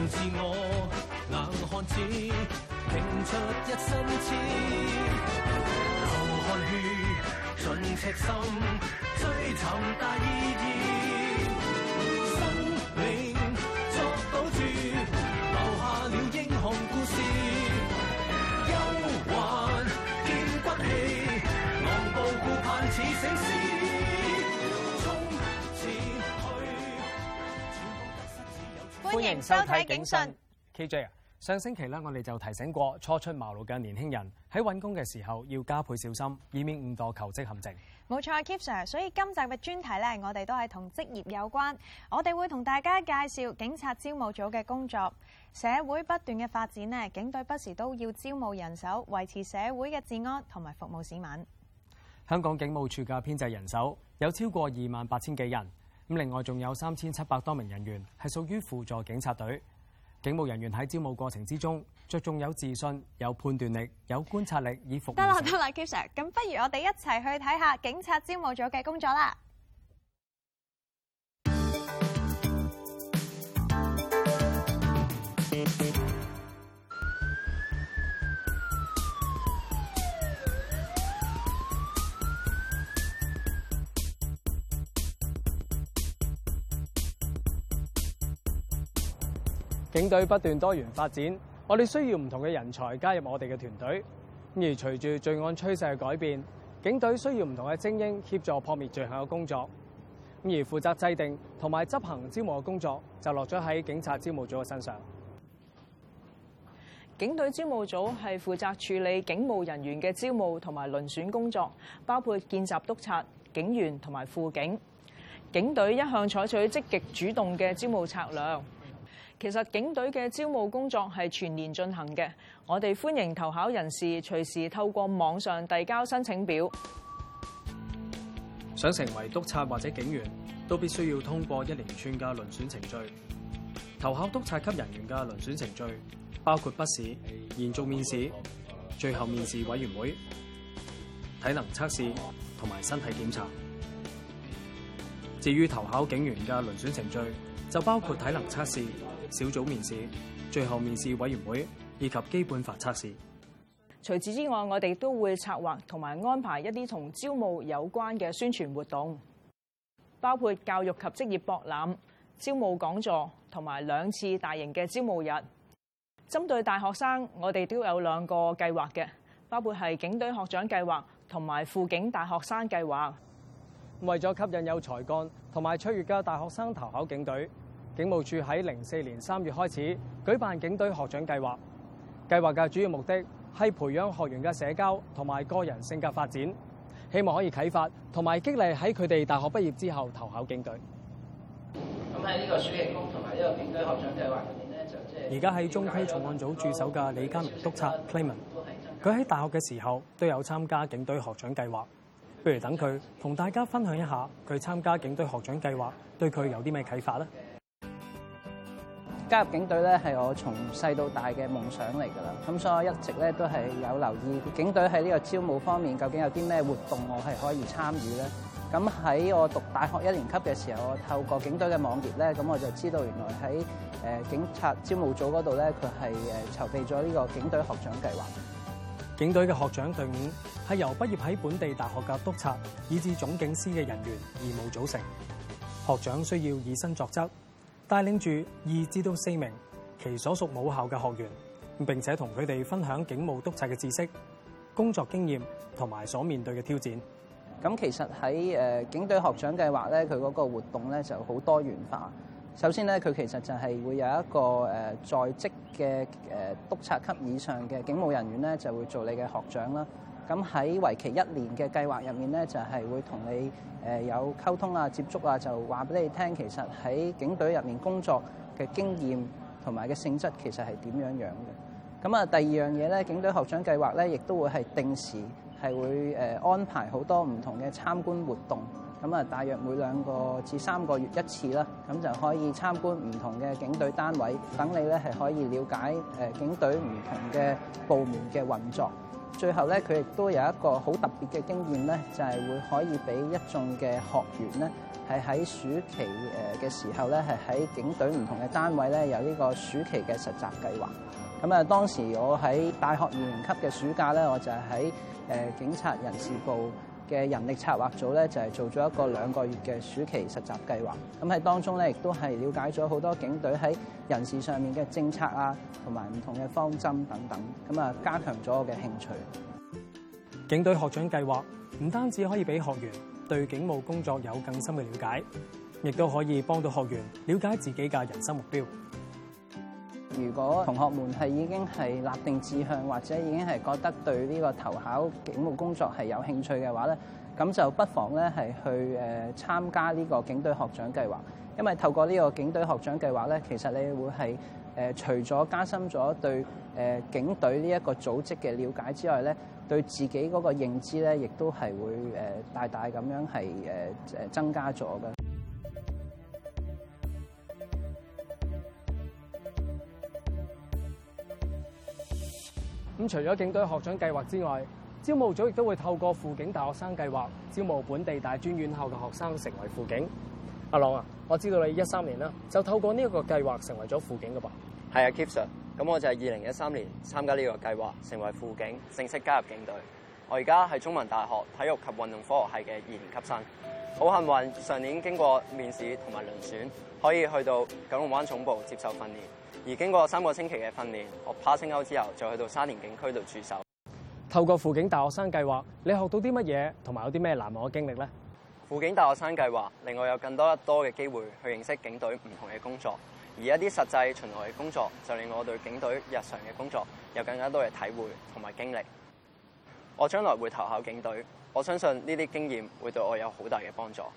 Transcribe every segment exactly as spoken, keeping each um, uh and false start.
自我，硬漢子拼出一身刺，流汗血盡赤心，追尋大意義，生命作賭注，留下了英雄故事，憂患見骨氣，昂步顧盼似醒獅。 歡迎收睇警訊。 K J 啊，上星期咧，我哋就提醒過初出茅廬嘅年輕人喺揾工嘅時候要加倍小心，以免誤墮求職陷阱。 冇錯 ，Keep Sir。所以今集嘅專題咧，我哋都係同職業有關。我哋會同大家介紹警察招募組嘅工作。社會不斷嘅發展呢，警隊不時都要招募人手，維持社會嘅治安同埋服務市民。 香港警務處嘅編制人手有超過二萬八千幾人。咁另外仲有三千七百多名人員係屬於輔助警察隊。警務人員喺招募過程之中，着重有自信、有判斷力、有觀察力，以服務。 得啦得啦 ，Keep Sir，咁不如我哋一齊去睇下警察招募組嘅工作啦。 警隊不斷多元發展，我哋需要唔同嘅人才加入我哋嘅團隊。而隨住罪案趨勢嘅改變，警隊需要唔同嘅精英協助撲滅罪行嘅工作。而負責制定同埋執行招募嘅工作就落咗喺警察招募組嘅身上。 警隊招募組係負責處理警務人員嘅招募同埋遴選工作，包括見習督察、警員同埋輔警。警隊一向採取積極主動嘅招募策略。其實警隊嘅招募工作係全年進行嘅，我哋歡迎投考人士隨時透過網上遞交申請表。 想成為督察或者警員，都必須要通過一連串嘅遴選程序。投考督察級人員嘅遴選程序包括筆試、延續面試、最後面試委員會、體能測試同埋身體檢查。至於投考警員嘅遴選程序，就包括體能測試、小組面試、最後面試委員會以及基本法測試。 除此之外，我哋都會策劃同埋安排一啲同招募有關嘅宣傳活動，包括教育及職業博覽、招募講座同埋兩次大型嘅招募日。針對大學生，我哋都有兩個計劃嘅，包括係警隊學長計劃同埋輔警大學生計劃。 為咗吸引有才幹同埋卓越嘅大學生投考警隊，警務處喺零四年三月開始舉辦警隊學長計劃。計劃嘅主要目的係培養學員嘅社交同埋個人性格發展，希望可以啟發同埋激勵喺佢哋大學畢業之後投考警隊。 咁喺呢個暑期工同埋呢個警隊學長計劃入面咧，就即係而家喺中區重案組駐守嘅李家明督察 Clayman， 佢喺大學嘅時候都有參加警隊學長計劃。不如等佢同大家分享一下佢參加警隊學長計劃對佢有啲咩啟發咧？ 加入警隊咧係我從細到大嘅夢想嚟㗎啦，咁所以我一直咧都係有留意警隊喺呢個招募方面究竟有啲咩活動我係可以參與咧。咁喺我讀大學一年級嘅時候，我透過警隊嘅網頁咧，咁我就知道原來喺誒警察招募組嗰度咧，佢係誒籌備咗呢個警隊學長計劃。 警隊嘅學長隊伍係由畢業喺本地大學嘅督察以至總警司嘅人員義務組成。學長需要以身作則，帶領住二至到四名其所屬母校嘅學員，並且同佢哋分享警務督察嘅知識、工作經驗同埋所面對嘅挑戰。 咁其實喺誒警隊學長計劃咧，佢嗰個活動咧就好多元化。首先咧，佢其實就係會有一個誒在職嘅誒督察級以上嘅警務人員咧，就會做你嘅學長啦。咁喺為期一年嘅計劃入面咧，就係會同你誒有溝通啊、接觸啊，就話俾你聽，其實喺警隊入面工作嘅經驗同埋嘅性質其實係點樣樣嘅。咁啊，第二樣嘢咧，警隊學長計劃咧，亦都會係定時係會誒安排好多唔同嘅參觀活動。咁啊，大約每兩個至三個月一次啦，咁就可以參觀唔同嘅警隊單位，等你咧係可以了解誒警隊唔同嘅部門嘅運作。 最後咧，佢亦都有一個好特別嘅經驗咧，就係會可以俾一眾嘅學員咧，係喺暑期誒嘅時候咧，係喺警隊唔同嘅單位咧，有呢個暑期嘅實習計劃。咁啊，當時我喺大學二年級嘅暑假咧，我就係喺誒警察人事部嘅人力策劃組咧，就係做咗一個兩個月嘅暑期實習計劃。咁喺當中咧，亦都係了解咗好多警隊喺人事上面嘅政策啊，同埋唔同嘅方針等等。咁啊，加強咗我嘅興趣。 警隊學長計劃唔單止可以俾學員對警務工作有更深嘅了解，亦都可以幫到學員了解自己嘅人生目標。 如果同學們係已經係立定志向，或者已經係覺得對呢個投考警務工作係有興趣嘅話咧，咁就不妨咧係去誒參加呢個警隊學長計劃。因為透過呢個警隊學長計劃咧，其實你會係誒除咗加深咗對誒警隊呢一個組織嘅了解之外咧，對自己嗰個認知咧，亦都係會誒大大咁樣係誒誒增加咗嘅。 咁除咗警隊學長計劃之外，招募組亦都會透過輔警大學生計劃招募本地大專院校嘅學生成為輔警。阿朗啊，我知道你一三年啦，就透過呢一個計劃成為咗輔警㗎噃。 係啊 ，Keep Sir，咁我就係二零一三年參加呢個計劃，成為輔警，正式加入警隊。我而家係中文大學體育及運動科學系嘅二年級生，好幸運上年經過面試同埋遴選，可以去到九龍灣總部接受訓練。而經過三個星期嘅訓練，我 passing out之後就去到沙田警區度駐守。 透過輔警大學生計劃，你學到啲乜嘢，同埋有啲咩難忘嘅經歷呢？ 輔警大學生計劃令我有更多一多嘅機會去認識警隊唔同嘅工作，而一啲實際巡邏嘅工作就令我對警隊日常嘅工作有更加多嘅體會同埋經歷。我將來會投考警隊，我相信呢啲經驗會對我有好大嘅幫助。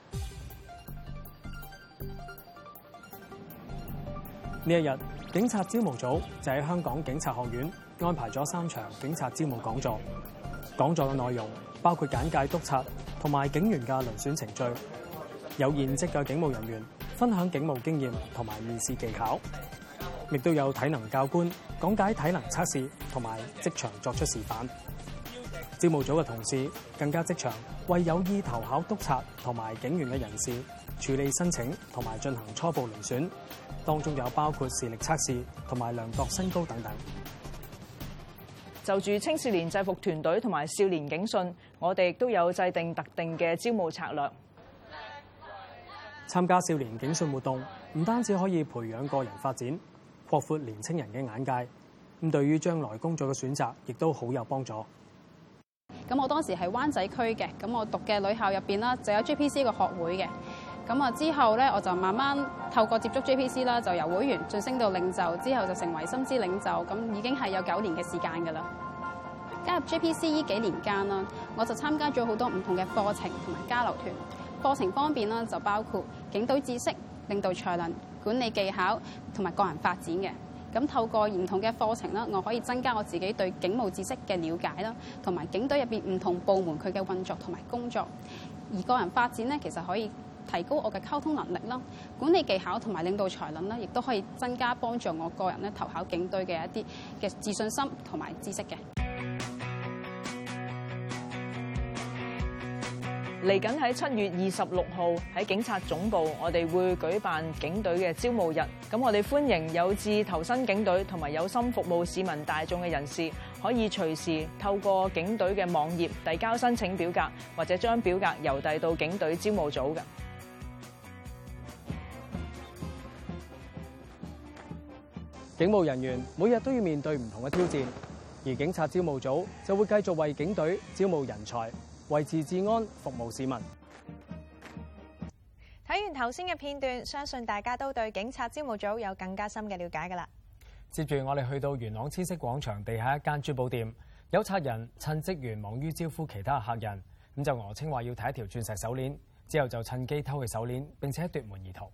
呢一日，警察招募組就喺香港警察學院安排咗三場警察招募講座。講座嘅內容包括簡介督察同埋警員嘅遴選程序，有現職嘅警務人員分享警務經驗同埋面試技巧，亦都有體能教官講解體能測試同埋即場作出示範。招募組嘅同事更加即場為有意投考督察同埋警員嘅人士處理申請同埋進行初步遴選，當中有包括視力測試同埋量度身高等等。 就住青少年制服團隊同埋少年警訊，我哋亦都有制定特定嘅招募策略。 參加少年警訊活動，唔單止可以培養個人發展，擴闊年青人嘅眼界，咁對於將來工作嘅選擇，亦都好有幫助。 咁我當時係灣仔區嘅，咁我讀嘅女校入邊啦，就有 J P C 個學會嘅。咁啊之後咧，我就慢慢透過接觸 J P C 啦，就由會員晉升到領袖，之後就成為心知領袖。咁已經係有九年嘅時間㗎啦。加入 J P C 呢幾年間啦，我就參加咗好多唔同嘅課程同埋交流團。課程方面啦，就包括警隊知識、領導才能、管理技巧同埋個人發展嘅。咁透過唔同嘅課程啦，我可以增加我自己對警務知識嘅了解啦，同埋警隊入邊唔同部門佢嘅運作同埋工作。而個人發展咧，其實可以提高我嘅溝通能力啦，管理技巧同埋領導才能啦，亦都可以增加幫助我個人咧投考警隊嘅一啲嘅自信心同埋知識嘅。 嚟緊喺七月二十六號喺警察總部，我哋會舉辦警隊嘅招募日。咁我哋歡迎有志投身警隊同埋有心服務市民大眾嘅人士，可以隨時透過警隊嘅網頁遞交申請表格，或者將表格郵遞到警隊招募組嘅。 警務人員每日都要面對唔同嘅挑戰，而警察招募組就會繼續為警隊招募人才，維持治安，服務市民。 睇完頭先嘅片段，相信大家都對警察招募組有更加深嘅了解㗎啦。 接住我哋去到元朗千色廣場地下一間珠寶店，有賊人趁職員忙於招呼其他客人，咁就訛稱話要睇一條鑽石手鏈，之後就趁機偷佢手鏈，並且奪門而逃。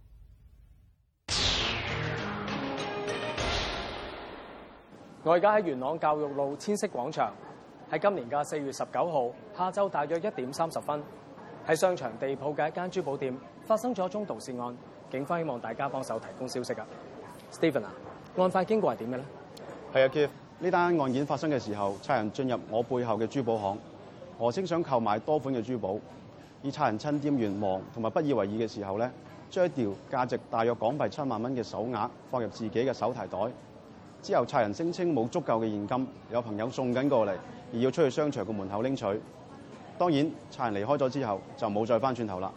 我而家喺元朗教育路千色廣場，喺今年嘅四月十九號下晝大約一點三十分，喺商場地鋪嘅一間珠寶店發生咗一宗盜竊案，警方希望大家幫手提供消息啊。Stephen 啊，案發經過係點嘅咧？ 係啊 ，Keith， 呢單案件發生嘅時候，賊人進入我背後嘅珠寶行，訛稱想購買多款嘅珠寶。以賊人趁店員忙同埋不以為意嘅時候咧，將一條價值大約港幣七萬蚊嘅手鐲放入自己嘅手提袋。之後，賊人聲稱冇足夠嘅現金，有朋友送緊過嚟，而要出去商場嘅門口拎取。當然，賊人離開咗之後就冇再翻轉頭啦。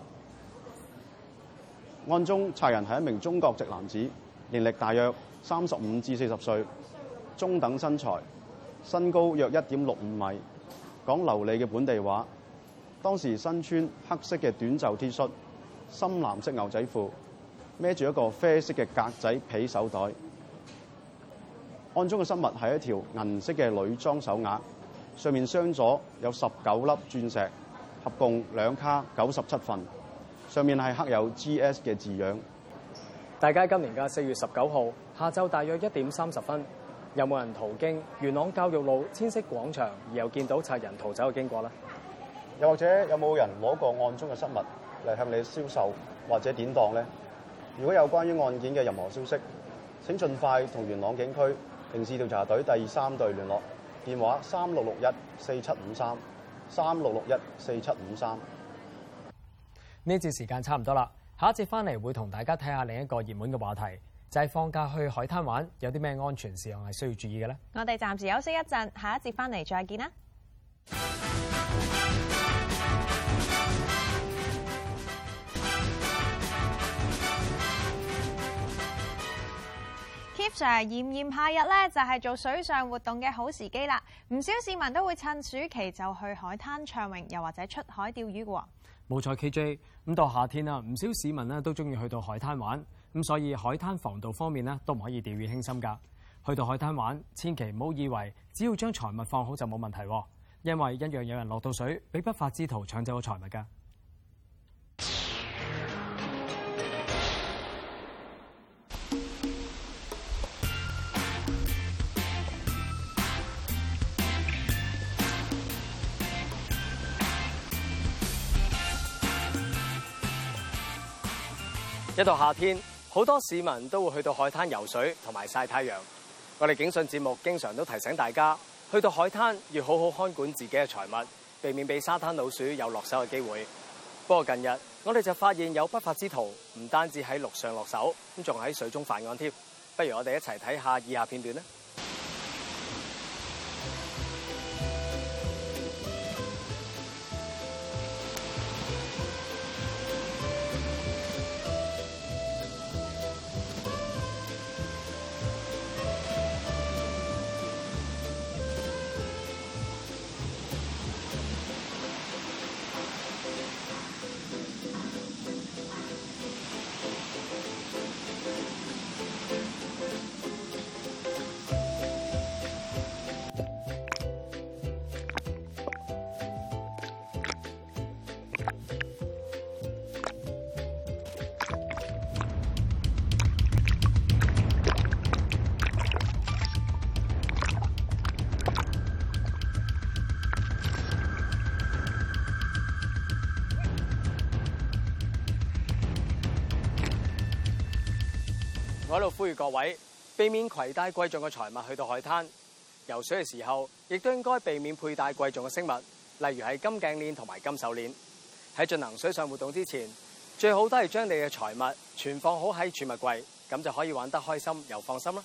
案中賊人係一名中國籍男子，年歷大約三十五至四十歲，中等身材，身高約一點六五米，講流利嘅本地話。當時身穿黑色嘅短袖 T 恤、深藍色牛仔褲，孭住一個啡色嘅格仔皮手袋。案中嘅失物係一條銀色嘅女裝手鐲，上面鑲咗有十九粒鑽石，合共兩卡九十七份，上面係刻有 G S 嘅字樣。 大家今年嘅四月十九號下晝大約一點三十分，有冇人途經元朗教育路千色廣場而又見到賊人逃走嘅經過呢？ 又或者有冇人攞過案中嘅失物嚟向你銷售或者典當呢？如果有關於案件嘅任何消息，請盡快同元朗警區刑事調查隊第三隊聯絡，電話三六六一四七五三三六六一四七五三。 呢節時間差唔多啦，下一節翻嚟會同大家睇下另一個熱門嘅話題，就係放假去海灘玩有啲咩安全事項係需要注意嘅呢？ 我哋暫時休息一陣，下一節翻嚟再見啦。Keep Sir， 炎炎夏日咧就係做水上活動嘅好時機啦，唔少市民都會趁暑期就去海灘暢泳，又或者出海釣魚嘅喎。 冇錯 ，K J， 咁到夏天啦，唔少市民咧都中意去到海灘玩，咁所以海灘防盜方面咧都唔可以掉以輕心㗎。去到海灘玩，千祈唔好以為只要將財物放好就冇問題，因為一樣有人落到水，俾不法之徒搶走咗財物㗎。一到夏天，好多市民都會去到海灘游水同埋曬太陽。我哋警訊節目經常都提醒大家，去到海灘要好好看管自己嘅財物，避免俾沙灘老鼠有落手嘅機會。不過近日，我哋就發現有不法之徒唔單止喺陸上落手，咁仲喺水中犯案添。不如我哋一齊睇下以下片段呢。我喺度呼籲各位，避免攜帶貴重嘅財物去到海灘。游水嘅時候，亦都應該避免佩戴貴重嘅飾物，例如係金頸鏈同埋金手鏈。喺進行水上活動之前，最好都係將你嘅財物存放好喺儲物櫃，咁就可以玩得開心又放心啦。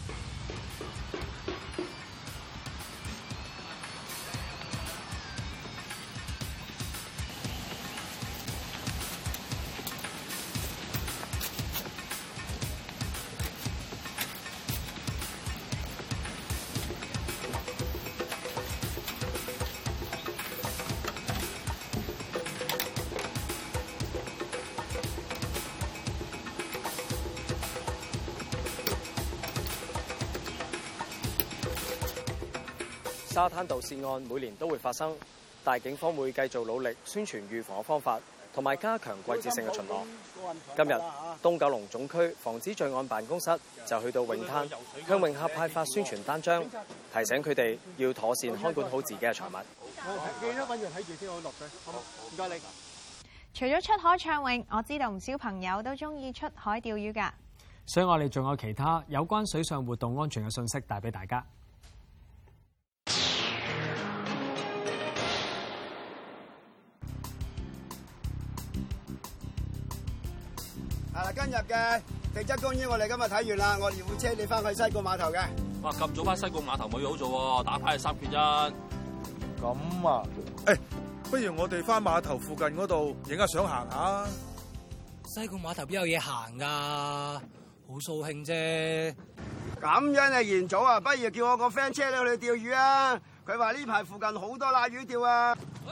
沙灘盜竊案每年都會發生，但警方會繼續努力宣傳預防嘅方法，同埋加強季節性嘅巡邏。今日東九龍總區防止罪案辦公室就去到泳灘，向泳客派發宣傳單張，提醒佢哋要妥善看管好自己嘅財物。 記得揾人睇住先，我落水。好，唔該你。 除咗出海暢泳，我知道唔少朋友都中意出海釣魚㗎。 所以我哋仲有其他有關水上活動安全嘅信息帶俾大家。 係啦，今日嘅地質公園我哋今日睇完啦，我哋會車你翻去西貢碼頭嘅。 哇！咁早翻西貢碼頭冇嘢好做喎，打牌係三缺一。 咁啊，誒、欸，不如我哋翻碼頭附近嗰度影下相行下。 西貢碼頭邊有嘢行㗎？好掃興啫。 咁樣啊，賢祖啊，不如叫我個 friend 車你去釣魚啊！佢話呢排附近好多瀨魚釣啊！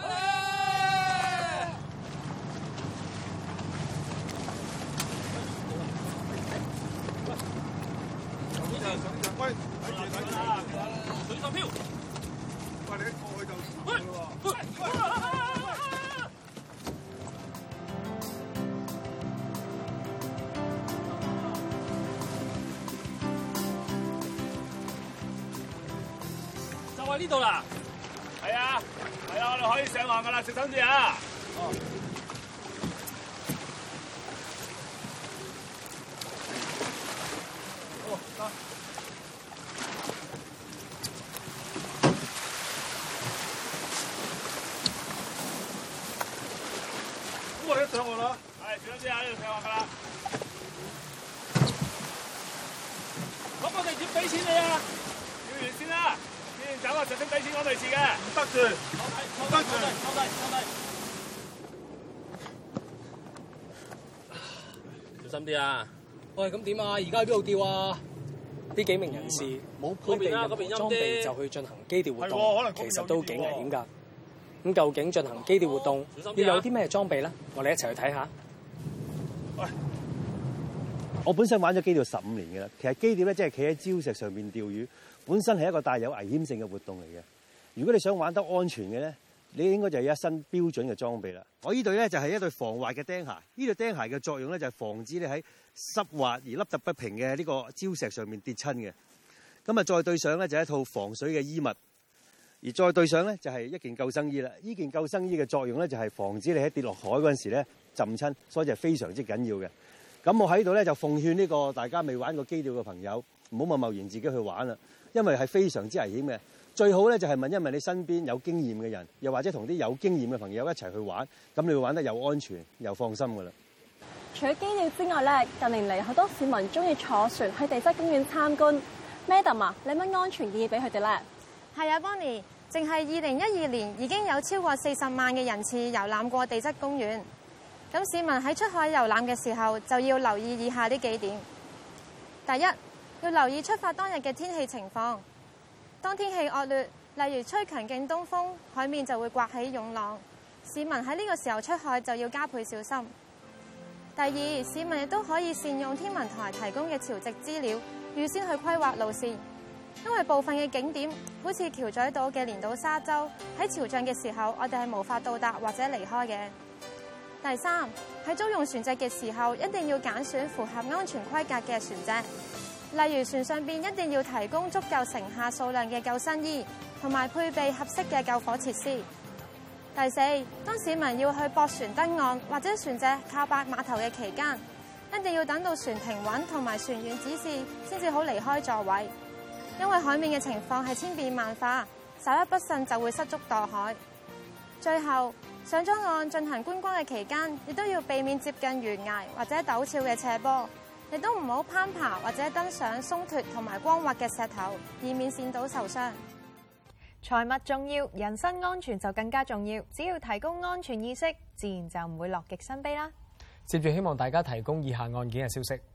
喂，睇住睇住， 水手漂， 喂，你一過去就喂喂就喺呢度啦。係啊，係啊，我哋可以上岸噶啦，小心啲啊！哦。 哦，得。咁我哋上岸啦。 係，小心啲啊！呢度上岸噶啦。咁我哋點俾錢你啊？要完先啦。走啊！就先俾錢我哋事嘅， 唔得住， 唔得住，收低，收低，小心啲啊！ 喂，咁點啊？而家喺邊度釣啊？呢幾名人士冇配備任何裝備就去進行基釣活動，其實都幾危險㗎。咁究竟進行基釣活動要有啲咩裝備咧？我哋一齊去睇下。 喂，我本身玩咗基釣十五年嘅啦，其實基釣咧即係企喺礁石上面釣魚。本身係一個帶有危險性嘅活動嚟嘅。如果你想玩得安全嘅咧，你應該就有一身標準嘅裝備啦。我呢對咧就係一對防滑嘅釘鞋。呢對釘鞋嘅作用咧就係防止你喺濕滑而凹凸不平嘅呢個礁石上面跌親嘅。咁啊，再對上咧就係一套防水嘅衣物，而再對上咧就係一件救生衣啦。呢件救生衣嘅作用咧就係防止你喺跌落海嗰陣時咧浸親，所以就係非常之緊要嘅。咁我喺度咧就奉勸呢個大家未玩過基釣嘅朋友，唔好貿貿然自己去玩啦。因為係非常之危險嘅，最好咧就係問一問你身邊有經驗嘅人，又或者同啲有經驗嘅朋友一齊去玩，咁你會玩得又安全又放心噶啦。 除咗基釣之外咧，近年嚟好多市民中意坐船去地質公園參觀。Madam 啊，你有乜安全建議俾佢哋咧？ 係啊 ，Bonnie，淨係二零一二年已經有超過四十萬嘅人次遊覽過地質公園。咁市民喺出海遊覽嘅時候就要留意以下呢幾點。第一，要留意出發當日嘅天氣情況。當天氣惡劣，例如吹強勁東風，海面就會颳起湧浪。市民喺呢個時候出海就要加倍小心。第二，市民亦都可以善用天文台提供嘅潮汐資料，預先去規劃路線。因為部分嘅景點，好似橋咀島嘅連島沙洲，喺潮漲嘅時候，我哋係無法到達或者離開嘅。第三，喺租用船隻嘅時候，一定要揀選符合安全規格嘅船隻。例如船上邊一定要提供足夠乘客數量嘅救生衣，同埋配備合適嘅救火設施。第四，當市民要去駁船登岸或者船隻靠泊碼頭嘅期間，一定要等到船停穩同埋船員指示，先至好離開座位。因為海面嘅情況係千變萬化，稍一不慎就會失足墮海。最後，上咗岸進行觀光嘅期間，亦都要避免接近懸崖或者陡峭嘅斜坡。亦都唔好攀爬或者登上鬆脫同埋光滑嘅石頭，以免跣到受傷。 財物重要，人身安全就更加重要。只要提供安全意識，自然就唔會樂極生悲啦。 接住希望大家提供以下案件嘅消息。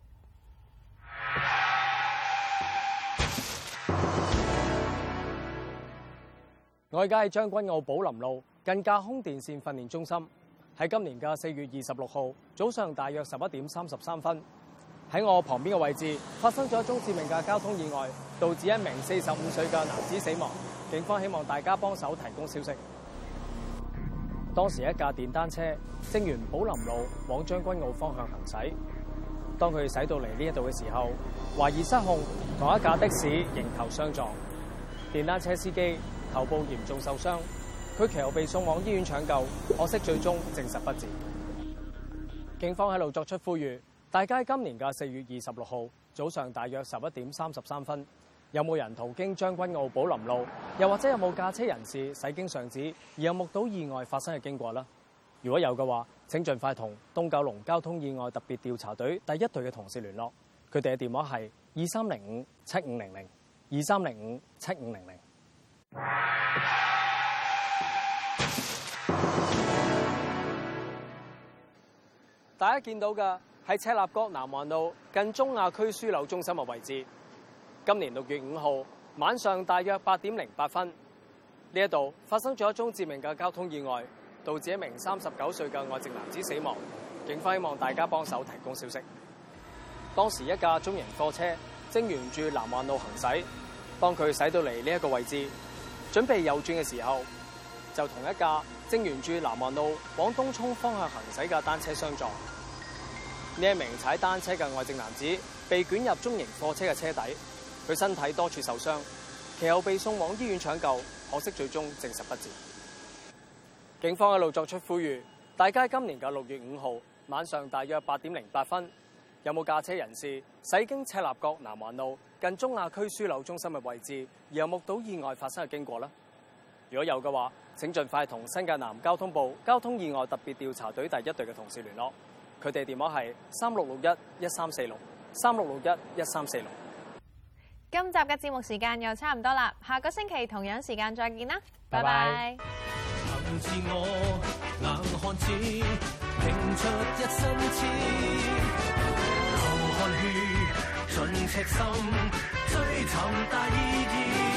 我而家喺將軍澳寶林路近架空電線訓練中心，喺今年嘅四月二十六號早上大約十一點三十三分。喺我旁邊嘅位置發生咗一宗致命嘅交通意外，導致一名四十五歲嘅男子死亡。警方希望大家幫手提供消息。當時一架電單車正沿寶林路往將軍澳方向行駛，當佢駛到嚟呢一度嘅時候，懷疑失控，同一架的士迎頭相撞。電單車司機頭部嚴重受傷，佢其後被送往醫院搶救，可惜最終證實不治。警方喺度作出呼籲。大家今年嘅四月二十六號早上大約十一點三十三分，有冇人途經將軍澳寶林路，又或者有冇駕車人士駛經上址而有目睹意外發生嘅經過呢？ 如果有嘅話，請盡快同東九龍交通意外特別調查隊第一隊嘅同事聯絡，佢哋嘅電話係二三零五七五零零二三零五七五零零。大家見到嘅係赤鱲角南環路近中亞區樞紐中心嘅位置。今年六月五號晚上大約八點零八分，呢一度發生咗一宗致命嘅交通意外，導致一名三十九歲嘅外籍男子死亡。警方希望大家幫手提供消息。當時一架中型貨車正沿住南環路行駛，當佢駛到嚟呢一個位置，準備右轉嘅時候，就同一架正沿住南環路往東涌方向行駛嘅單車相撞。呢一名踩單車嘅外籍男子被捲入中型貨車嘅車底，佢身體多處受傷，其後被送往醫院搶救，可惜最終證實不治。警方一路作出呼籲，大家今年嘅六月五號晚上大約八點零八分，有冇駕車人士駛經赤鱲角南環路近中亞區樞紐中心嘅位置，而有目睹意外發生嘅經過呢？如果有嘅話，請盡快同新界南交通部交通意外特別調查隊第一隊嘅同事聯絡，佢哋電話係三六六一一三四六三六六一一三四六。 今集嘅節目時間又差唔多啦，下個星期同樣時間再見啦，拜拜。 憑自我硬漢子，拼出一身刺，流汗血盡赤心，追尋大意義。